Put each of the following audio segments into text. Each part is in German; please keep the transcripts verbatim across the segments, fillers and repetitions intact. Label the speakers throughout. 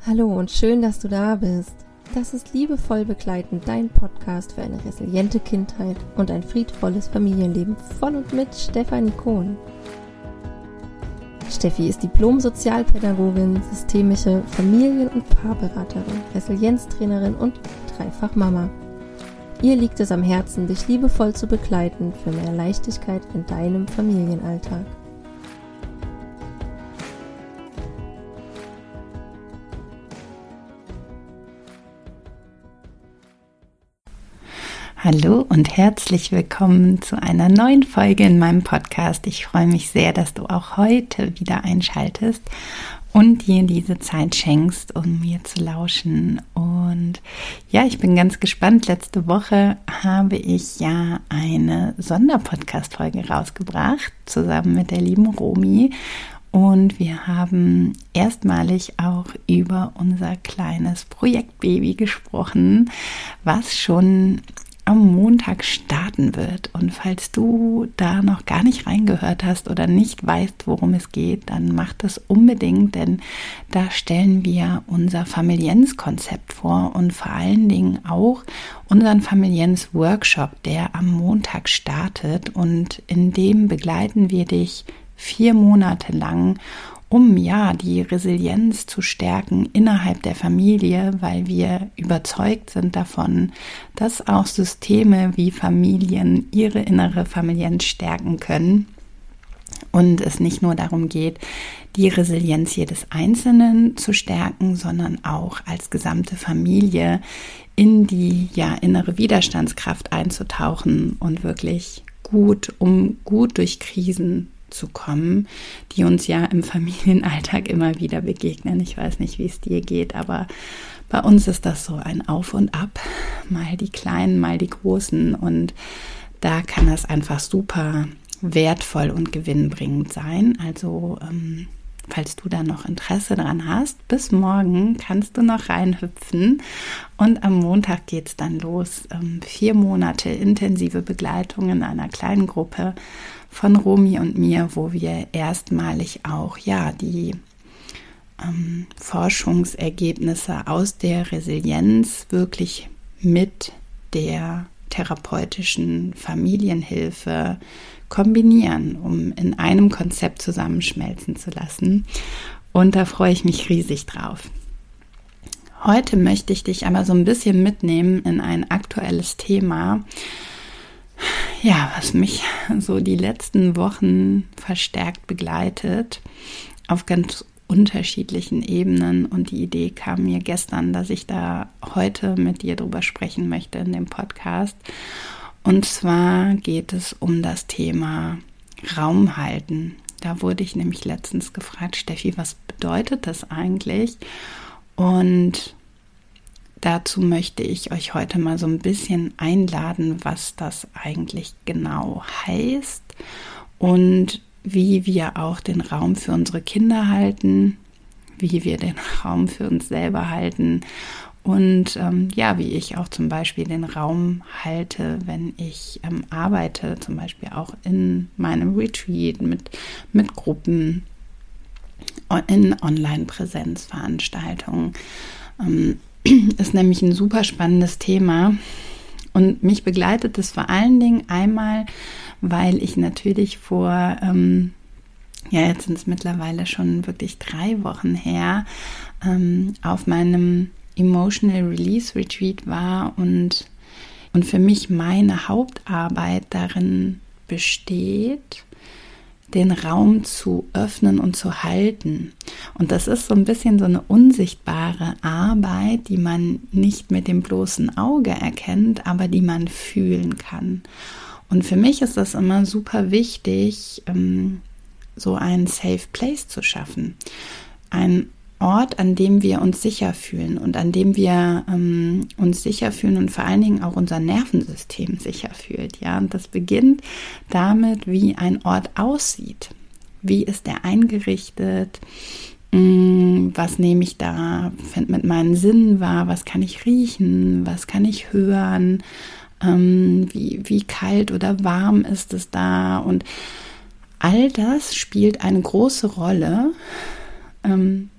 Speaker 1: Hallo und schön, dass du da bist. Das ist Liebevoll begleitend, dein Podcast für eine resiliente Kindheit und ein friedvolles Familienleben von und mit Stefanie Kohn. Steffi ist Diplom-Sozialpädagogin, systemische Familien- und Paarberaterin, Resilienztrainerin und Dreifach-Mama. Ihr liegt es am Herzen, dich liebevoll zu begleiten für mehr Leichtigkeit in deinem Familienalltag.
Speaker 2: Hallo und herzlich willkommen zu einer neuen Folge in meinem Podcast. Ich freue mich sehr, dass du auch heute wieder einschaltest und dir diese Zeit schenkst, um mir zu lauschen. Und ja, ich bin ganz gespannt. Letzte Woche habe ich ja eine Sonderpodcast-Folge rausgebracht, zusammen mit der lieben Romy. Und wir haben erstmalig auch über unser kleines Projektbaby gesprochen, was schon am Montag starten wird. Und falls du da noch gar nicht reingehört hast oder nicht weißt, worum es geht, dann mach das unbedingt, denn da stellen wir unser Familienz-Konzept vor und vor allen Dingen auch unseren Familienz-Workshop, der am Montag startet, und in dem begleiten wir dich vier Monate lang, um ja die Resilienz zu stärken innerhalb der Familie, weil wir überzeugt sind davon, dass auch Systeme wie Familien ihre innere Familienz stärken können und es nicht nur darum geht, die Resilienz jedes Einzelnen zu stärken, sondern auch als gesamte Familie in die ja innere Widerstandskraft einzutauchen und wirklich gut, um gut durch Krisen zu kommen, die uns ja im Familienalltag immer wieder begegnen. Ich weiß nicht, wie es dir geht, aber bei uns ist das so ein Auf und Ab, mal die Kleinen, mal die Großen, und da kann das einfach super wertvoll und gewinnbringend sein. Also ähm, falls du da noch Interesse dran hast, bis morgen kannst du noch reinhüpfen und am Montag geht es dann los. Ähm, vier Monate intensive Begleitung in einer kleinen Gruppe von Romy und mir, wo wir erstmalig auch ja die ähm, Forschungsergebnisse aus der Resilienz wirklich mit der therapeutischen Familienhilfe kombinieren, um in einem Konzept zusammenschmelzen zu lassen. Und da freue ich mich riesig drauf. Heute möchte ich dich aber so ein bisschen mitnehmen in ein aktuelles Thema, ja, was mich so die letzten Wochen verstärkt begleitet, auf ganz unterschiedlichen Ebenen. Und die Idee kam mir gestern, dass ich da heute mit dir drüber sprechen möchte in dem Podcast. Und zwar geht es um das Thema Raum halten. Da wurde ich nämlich letztens gefragt, Steffi, was bedeutet das eigentlich? Und dazu möchte ich euch heute mal so ein bisschen einladen, was das eigentlich genau heißt und wie wir auch den Raum für unsere Kinder halten, wie wir den Raum für uns selber halten und ähm, ja, wie ich auch zum Beispiel den Raum halte, wenn ich ähm, arbeite, zum Beispiel auch in meinem Retreat mit, mit Gruppen, in Online-Präsenzveranstaltungen. Ähm, ist nämlich ein super spannendes Thema und mich begleitet es vor allen Dingen einmal, weil ich natürlich vor, ähm, ja jetzt sind es mittlerweile schon wirklich drei Wochen her, ähm, auf meinem Emotional Release Retreat war und, und für mich meine Hauptarbeit darin besteht, den Raum zu öffnen und zu halten. Und das ist so ein bisschen so eine unsichtbare Arbeit, die man nicht mit dem bloßen Auge erkennt, aber die man fühlen kann. Und für mich ist das immer super wichtig, so einen Safe Place zu schaffen. Ein Ort, an dem wir uns sicher fühlen und an dem wir ähm, uns sicher fühlen und vor allen Dingen auch unser Nervensystem sicher fühlt. Ja, und das beginnt damit, wie ein Ort aussieht. Wie ist der eingerichtet? Ähm, was nehme ich da mit meinen Sinnen wahr? Was kann ich riechen? Was kann ich hören? Ähm, wie, wie kalt oder warm ist es da? Und all das spielt eine große Rolle, ähm,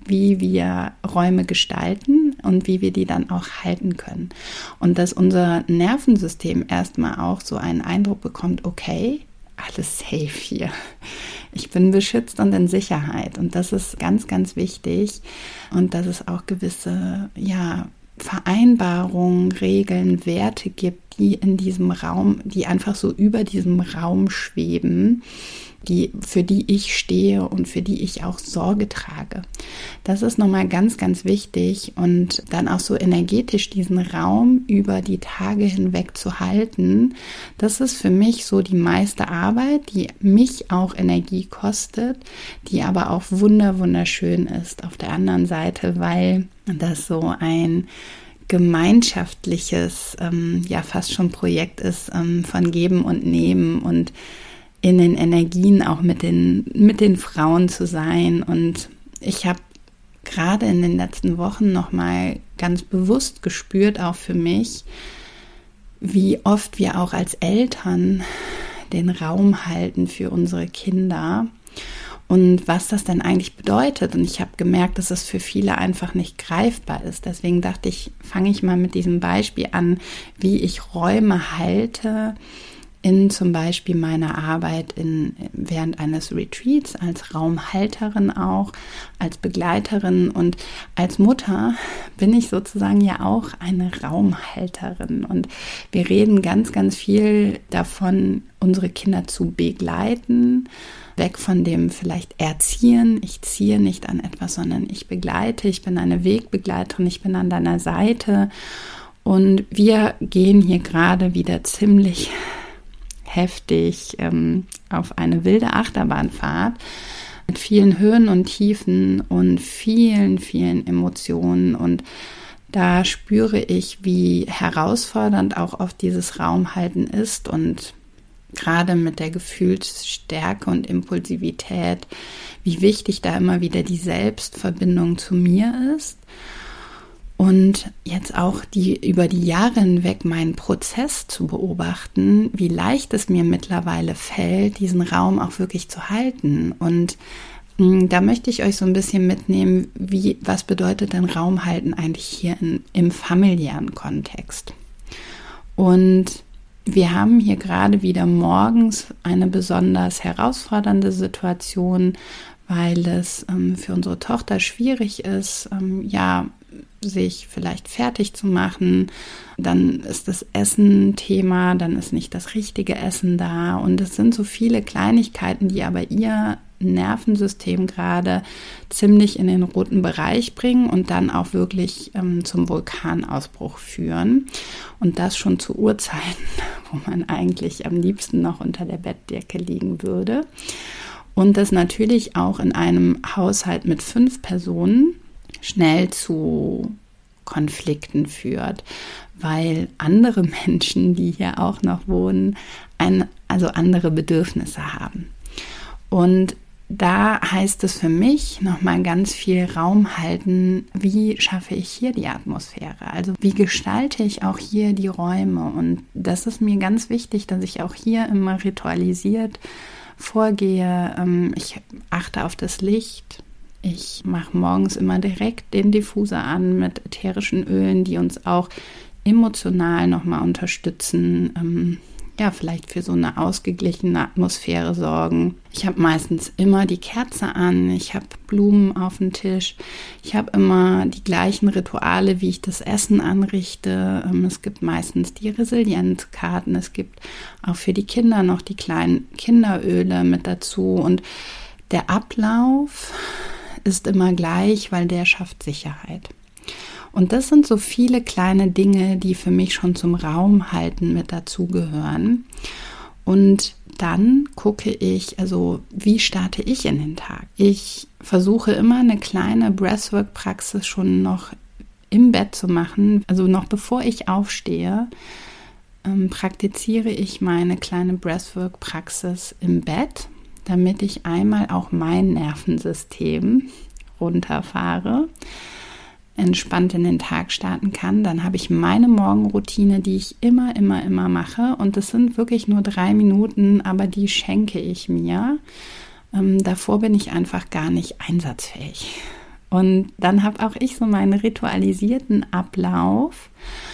Speaker 2: wie wir Räume gestalten und wie wir die dann auch halten können. Und dass unser Nervensystem erstmal auch so einen Eindruck bekommt, okay, alles safe hier. Ich bin beschützt und in Sicherheit. Und das ist ganz, ganz wichtig. Und dass es auch gewisse, ja, Vereinbarungen, Regeln, Werte gibt, die in diesem Raum, die einfach so über diesem Raum schweben, die, für die ich stehe und für die ich auch Sorge trage. Das ist nochmal ganz, ganz wichtig und dann auch so energetisch diesen Raum über die Tage hinweg zu halten. Das ist für mich so die meiste Arbeit, die mich auch Energie kostet, die aber auch wunder, wunderschön ist auf der anderen Seite, weil das so ein gemeinschaftliches, ähm, ja fast schon Projekt ist ähm, von Geben und Nehmen und in den Energien auch mit den, mit den Frauen zu sein. Und ich habe gerade in den letzten Wochen nochmal ganz bewusst gespürt, auch für mich, wie oft wir auch als Eltern den Raum halten für unsere Kinder und was das denn eigentlich bedeutet. Und ich habe gemerkt, dass es für viele einfach nicht greifbar ist. Deswegen dachte ich, fange ich mal mit diesem Beispiel an, wie ich Räume halte, in zum Beispiel meiner Arbeit in, während eines Retreats, als Raumhalterin auch, als Begleiterin und als Mutter bin ich sozusagen ja auch eine Raumhalterin. Und wir reden ganz, ganz viel davon, unsere Kinder zu begleiten, weg von dem vielleicht Erziehen. Ich ziehe nicht an etwas, sondern ich begleite. Ich bin eine Wegbegleiterin, ich bin an deiner Seite. Und wir gehen hier gerade wieder ziemlich heftig ähm, auf eine wilde Achterbahnfahrt mit vielen Höhen und Tiefen und vielen, vielen Emotionen. Und da spüre ich, wie herausfordernd auch oft dieses Raumhalten ist und gerade mit der Gefühlsstärke und Impulsivität, wie wichtig da immer wieder die Selbstverbindung zu mir ist. Und jetzt auch die über die Jahre hinweg meinen Prozess zu beobachten, wie leicht es mir mittlerweile fällt, diesen Raum auch wirklich zu halten. Und mh, da möchte ich euch so ein bisschen mitnehmen, wie, was bedeutet denn Raum halten eigentlich hier in, im familiären Kontext. Und wir haben hier gerade wieder morgens eine besonders herausfordernde Situation, weil es ähm, für unsere Tochter schwierig ist, ähm, ja, sich vielleicht fertig zu machen, dann ist das Essen Thema, dann ist nicht das richtige Essen da und es sind so viele Kleinigkeiten, die aber ihr Nervensystem gerade ziemlich in den roten Bereich bringen und dann auch wirklich ähm, zum Vulkanausbruch führen und das schon zu Uhrzeiten, wo man eigentlich am liebsten noch unter der Bettdecke liegen würde und das natürlich auch in einem Haushalt mit fünf Personen schnell zu Konflikten führt, weil andere Menschen, die hier auch noch wohnen, ein, also andere Bedürfnisse haben. Und da heißt es für mich nochmal ganz viel Raum halten, wie schaffe ich hier die Atmosphäre? Also wie gestalte ich auch hier die Räume? Und das ist mir ganz wichtig, dass ich auch hier immer ritualisiert vorgehe. Ich achte auf das Licht. Ich mache morgens immer direkt den Diffuser an mit ätherischen Ölen, die uns auch emotional nochmal unterstützen, ähm, ja, vielleicht für so eine ausgeglichene Atmosphäre sorgen. Ich habe meistens immer die Kerze an, ich habe Blumen auf dem Tisch, ich habe immer die gleichen Rituale, wie ich das Essen anrichte. Ähm, es gibt meistens die Resilienzkarten, es gibt auch für die Kinder noch die kleinen Kinderöle mit dazu und der Ablauf ist immer gleich, weil der schafft Sicherheit. Und das sind so viele kleine Dinge, die für mich schon zum Raumhalten mit dazugehören. Und dann gucke ich, also wie starte ich in den Tag? Ich versuche immer eine kleine Breathwork-Praxis schon noch im Bett zu machen. Also noch bevor ich aufstehe, ähm, praktiziere ich meine kleine Breathwork-Praxis im Bett, damit ich einmal auch mein Nervensystem runterfahre, entspannt in den Tag starten kann. Dann habe ich meine Morgenroutine, die ich immer, immer, immer mache. Und das sind wirklich nur drei Minuten, aber die schenke ich mir. Ähm, davor bin ich einfach gar nicht einsatzfähig. Und dann habe auch ich so meinen ritualisierten Ablauf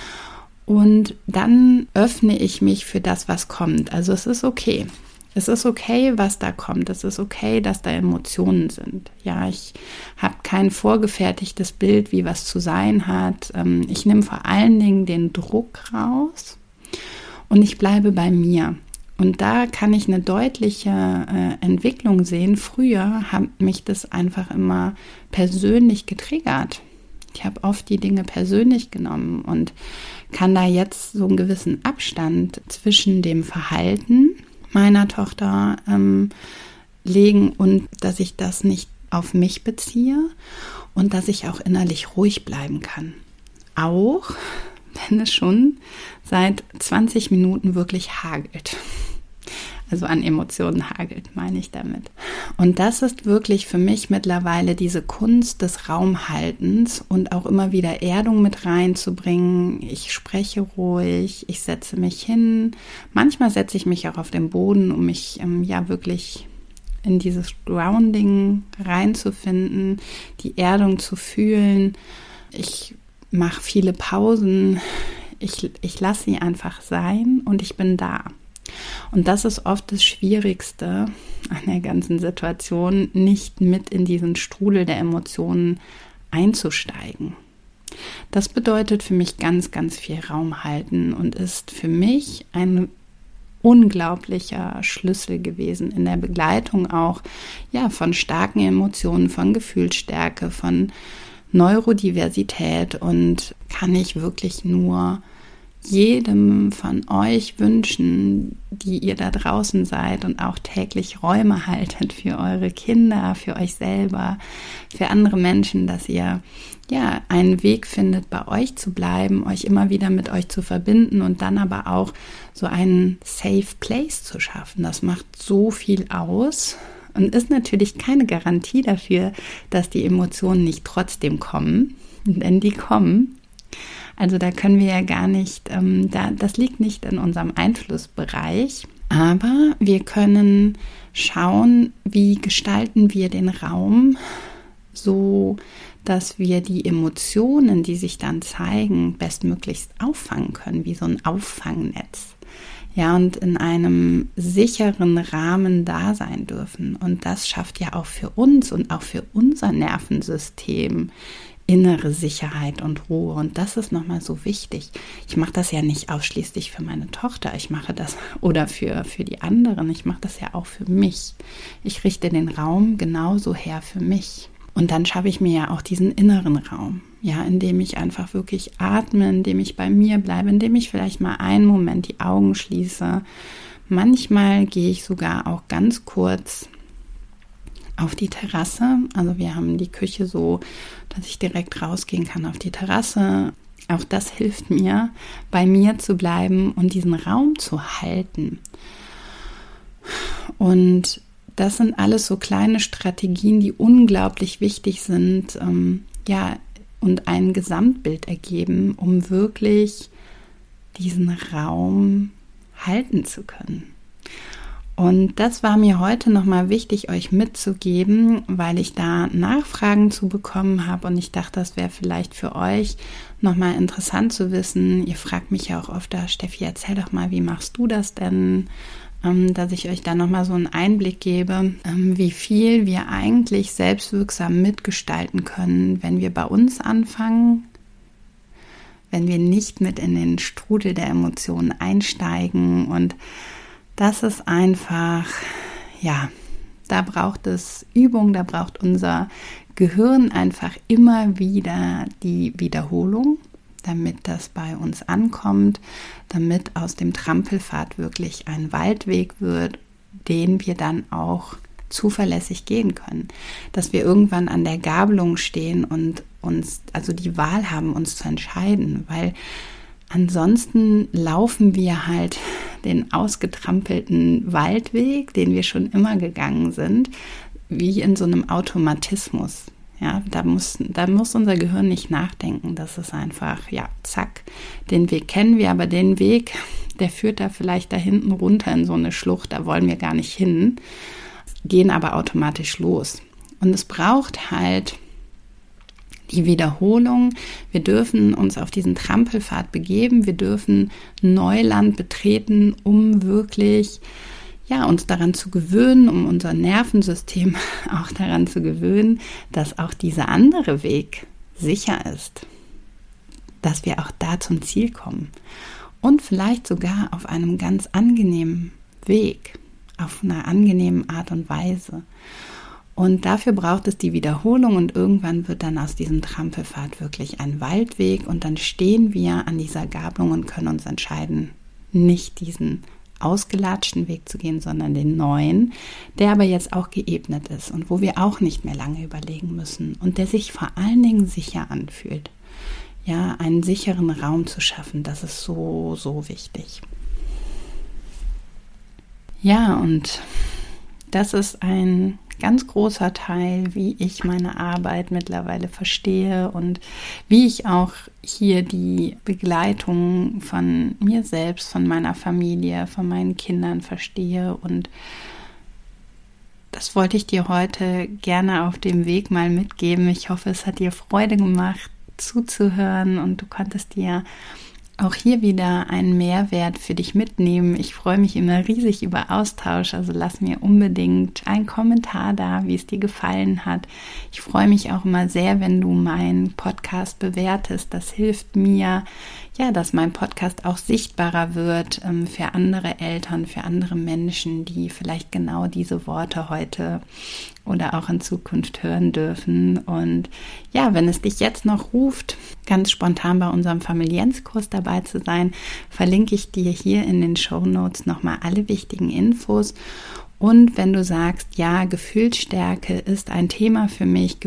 Speaker 2: und dann öffne ich mich für das, was kommt. Also es ist okay. Es ist okay, was da kommt. Es ist okay, dass da Emotionen sind. Ja, ich habe kein vorgefertigtes Bild, wie was zu sein hat. Ich nehme vor allen Dingen den Druck raus und ich bleibe bei mir. Und da kann ich eine deutliche äh, Entwicklung sehen. Früher hat mich das einfach immer persönlich getriggert. Ich habe oft die Dinge persönlich genommen und kann da jetzt so einen gewissen Abstand zwischen dem Verhalten meiner Tochter ähm, legen und dass ich das nicht auf mich beziehe und dass ich auch innerlich ruhig bleiben kann. Auch wenn es schon seit zwanzig Minuten wirklich hagelt. Also an Emotionen hagelt, meine ich damit. Und das ist wirklich für mich mittlerweile diese Kunst des Raumhaltens und auch immer wieder Erdung mit reinzubringen. Ich spreche ruhig, ich setze mich hin. Manchmal setze ich mich auch auf den Boden, um mich ähm, ja wirklich in dieses Grounding reinzufinden, die Erdung zu fühlen. Ich mache viele Pausen. Ich, ich lasse sie einfach sein und ich bin da. Und das ist oft das Schwierigste an der ganzen Situation, nicht mit in diesen Strudel der Emotionen einzusteigen. Das bedeutet für mich ganz, ganz viel Raum halten und ist für mich ein unglaublicher Schlüssel gewesen in der Begleitung auch ja, von starken Emotionen, von Gefühlsstärke, von Neurodiversität und kann ich wirklich nur jedem von euch wünschen, die ihr da draußen seid und auch täglich Räume haltet für eure Kinder, für euch selber, für andere Menschen, dass ihr ja einen Weg findet, bei euch zu bleiben, euch immer wieder mit euch zu verbinden und dann aber auch so einen Safe Place zu schaffen. Das macht so viel aus und ist natürlich keine Garantie dafür, dass die Emotionen nicht trotzdem kommen, denn die kommen. Also da können wir ja gar nicht, ähm, da, das liegt nicht in unserem Einflussbereich, aber wir können schauen, wie gestalten wir den Raum so, dass wir die Emotionen, die sich dann zeigen, bestmöglichst auffangen können, wie so ein Auffangnetz. Ja, und in einem sicheren Rahmen da sein dürfen. Und das schafft ja auch für uns und auch für unser Nervensystem innere Sicherheit und Ruhe. Und das ist nochmal so wichtig. Ich mache das ja nicht ausschließlich für meine Tochter. Ich mache das oder für, für die anderen. Ich mache das ja auch für mich. Ich richte den Raum genauso her für mich. Und dann schaffe ich mir ja auch diesen inneren Raum, ja, indem ich einfach wirklich atme, indem ich bei mir bleibe, indem ich vielleicht mal einen Moment die Augen schließe. Manchmal gehe ich sogar auch ganz kurz auf die Terrasse. Also wir haben die Küche so, dass ich direkt rausgehen kann auf die Terrasse. Auch das hilft mir, bei mir zu bleiben und diesen Raum zu halten. Und das sind alles so kleine Strategien, die unglaublich wichtig sind, ähm, ja, und ein Gesamtbild ergeben, um wirklich diesen Raum halten zu können. Und das war mir heute nochmal wichtig, euch mitzugeben, weil ich da Nachfragen zu bekommen habe und ich dachte, das wäre vielleicht für euch nochmal interessant zu wissen. Ihr fragt mich ja auch oft, da, Steffi, erzähl doch mal, wie machst du das denn? Ähm, dass ich euch da nochmal so einen Einblick gebe, ähm, wie viel wir eigentlich selbstwirksam mitgestalten können, wenn wir bei uns anfangen, wenn wir nicht mit in den Strudel der Emotionen einsteigen. Und das ist einfach, ja, da braucht es Übung, da braucht unser Gehirn einfach immer wieder die Wiederholung, damit das bei uns ankommt, damit aus dem Trampelpfad wirklich ein Waldweg wird, den wir dann auch zuverlässig gehen können. Dass wir irgendwann an der Gabelung stehen und uns, also die Wahl haben, uns zu entscheiden, weil ansonsten laufen wir halt den ausgetrampelten Waldweg, den wir schon immer gegangen sind, wie in so einem Automatismus. Ja, da muss, da muss unser Gehirn nicht nachdenken. Das ist einfach, ja, zack, den Weg kennen wir, aber den Weg, der führt da vielleicht da hinten runter in so eine Schlucht, da wollen wir gar nicht hin, gehen aber automatisch los. Und es braucht halt Die Wiederholung, wir dürfen uns auf diesen Trampelpfad begeben, wir dürfen Neuland betreten, um wirklich ja, uns daran zu gewöhnen, um unser Nervensystem auch daran zu gewöhnen, dass auch dieser andere Weg sicher ist, dass wir auch da zum Ziel kommen und vielleicht sogar auf einem ganz angenehmen Weg, auf einer angenehmen Art und Weise. Und dafür braucht es die Wiederholung und irgendwann wird dann aus diesem Trampelpfad wirklich ein Waldweg und dann stehen wir an dieser Gabelung und können uns entscheiden, nicht diesen ausgelatschten Weg zu gehen, sondern den neuen, der aber jetzt auch geebnet ist und wo wir auch nicht mehr lange überlegen müssen und der sich vor allen Dingen sicher anfühlt. Ja, einen sicheren Raum zu schaffen, das ist so, so wichtig. Ja, und das ist ein ganz großer Teil, wie ich meine Arbeit mittlerweile verstehe und wie ich auch hier die Begleitung von mir selbst, von meiner Familie, von meinen Kindern verstehe. Und das wollte ich dir heute gerne auf dem Weg mal mitgeben. Ich hoffe, es hat dir Freude gemacht, zuzuhören und du konntest dir auch hier wieder einen Mehrwert für dich mitnehmen. Ich freue mich immer riesig über Austausch, also lass mir unbedingt einen Kommentar da, wie es dir gefallen hat. Ich freue mich auch immer sehr, wenn du meinen Podcast bewertest. Das hilft mir, ja, dass mein Podcast auch sichtbarer wird ähm, für andere Eltern, für andere Menschen, die vielleicht genau diese Worte heute oder auch in Zukunft hören dürfen. Und ja, wenn es dich jetzt noch ruft, ganz spontan bei unserem Familienzkurs dabei zu sein, verlinke ich dir hier in den Shownotes nochmal alle wichtigen Infos. Und wenn du sagst, ja, Gefühlsstärke ist ein Thema für mich,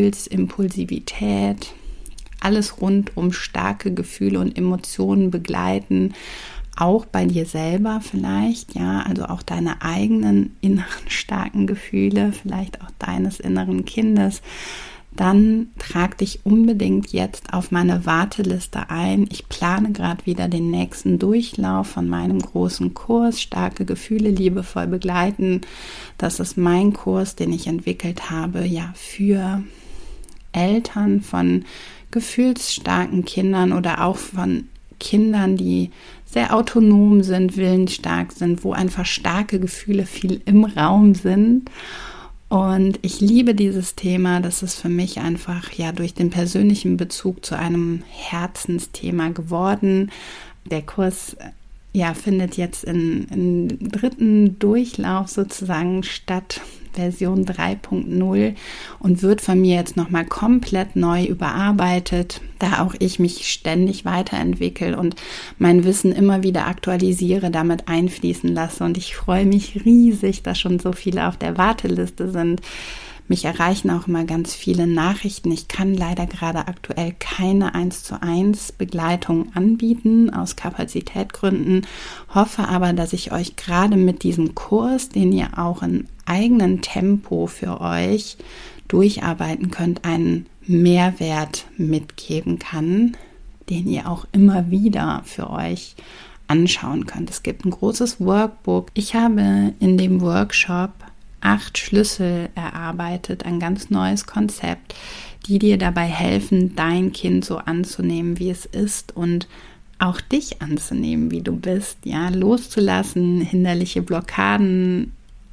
Speaker 2: Gefühlsimpulsivität, alles rund um starke Gefühle und Emotionen begleiten, auch bei dir selber vielleicht, ja, also auch deine eigenen inneren starken Gefühle, vielleicht auch deines inneren Kindes, dann trag dich unbedingt jetzt auf meine Warteliste ein. Ich plane gerade wieder den nächsten Durchlauf von meinem großen Kurs, starke Gefühle liebevoll begleiten. Das ist mein Kurs, den ich entwickelt habe, ja, für Eltern von gefühlsstarken Kindern oder auch von Kindern, die sehr autonom sind, willensstark sind, wo einfach starke Gefühle viel im Raum sind. Und ich liebe dieses Thema. Das ist für mich einfach ja durch den persönlichen Bezug zu einem Herzensthema geworden. Der Kurs ja findet jetzt in, in dritten Durchlauf sozusagen statt, Version drei Punkt null, und wird von mir jetzt nochmal komplett neu überarbeitet, da auch ich mich ständig weiterentwickle und mein Wissen immer wieder aktualisiere, damit einfließen lasse. Und ich freue mich riesig, dass schon so viele auf der Warteliste sind. Mich erreichen auch immer ganz viele Nachrichten. Ich kann leider gerade aktuell keine eins zu eins Begleitung anbieten, aus Kapazitätsgründen, hoffe aber, dass ich euch gerade mit diesem Kurs, den ihr auch in eigenen Tempo für euch durcharbeiten könnt, einen Mehrwert mitgeben kann, den ihr auch immer wieder für euch anschauen könnt. Es gibt ein großes Workbook. Ich habe in dem Workshop acht Schlüssel erarbeitet, ein ganz neues Konzept, die dir dabei helfen, dein Kind so anzunehmen, wie es ist und auch dich anzunehmen, wie du bist, ja, loszulassen, hinderliche Blockaden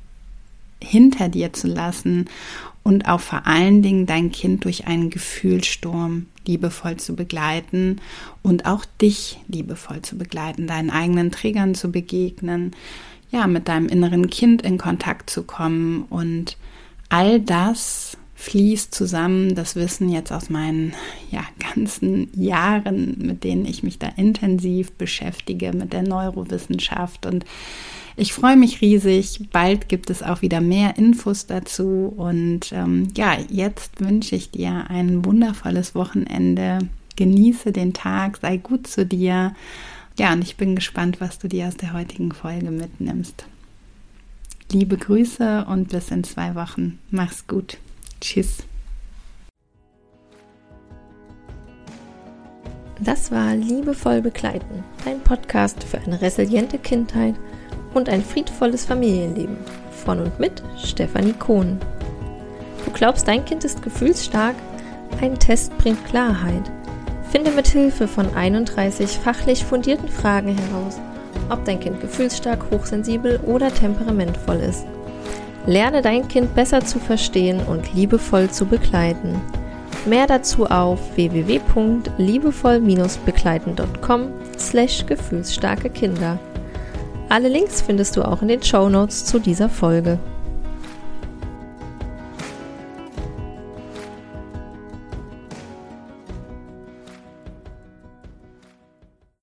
Speaker 2: hinter dir zu lassen und auch vor allen Dingen dein Kind durch einen Gefühlssturm liebevoll zu begleiten und auch dich liebevoll zu begleiten, deinen eigenen Triggern zu begegnen, ja, mit deinem inneren Kind in Kontakt zu kommen, und all das fließt zusammen. Das Wissen jetzt aus meinen ja, ganzen Jahren, mit denen ich mich da intensiv beschäftige, mit der Neurowissenschaft, und ich freue mich riesig. Bald gibt es auch wieder mehr Infos dazu, und ähm, ja, jetzt wünsche ich dir ein wundervolles Wochenende. Genieße den Tag, sei gut zu dir. Ja, und ich bin gespannt, was du dir aus der heutigen Folge mitnimmst. Liebe Grüße und bis in zwei Wochen. Mach's gut. Tschüss.
Speaker 1: Das war Liebevoll begleiten, dein Podcast für eine resiliente Kindheit und ein friedvolles Familienleben. Von und mit Stefanie Kohn. Du glaubst, dein Kind ist gefühlsstark? Ein Test bringt Klarheit. Finde mit Hilfe von einunddreißig fachlich fundierten Fragen heraus, ob dein Kind gefühlsstark, hochsensibel oder temperamentvoll ist. Lerne dein Kind besser zu verstehen und liebevoll zu begleiten. Mehr dazu auf w w w punkt liebevoll Bindestrich begleiten punkt com slash gefühlsstarke Kinder. Alle Links findest du auch in den Shownotes zu dieser Folge.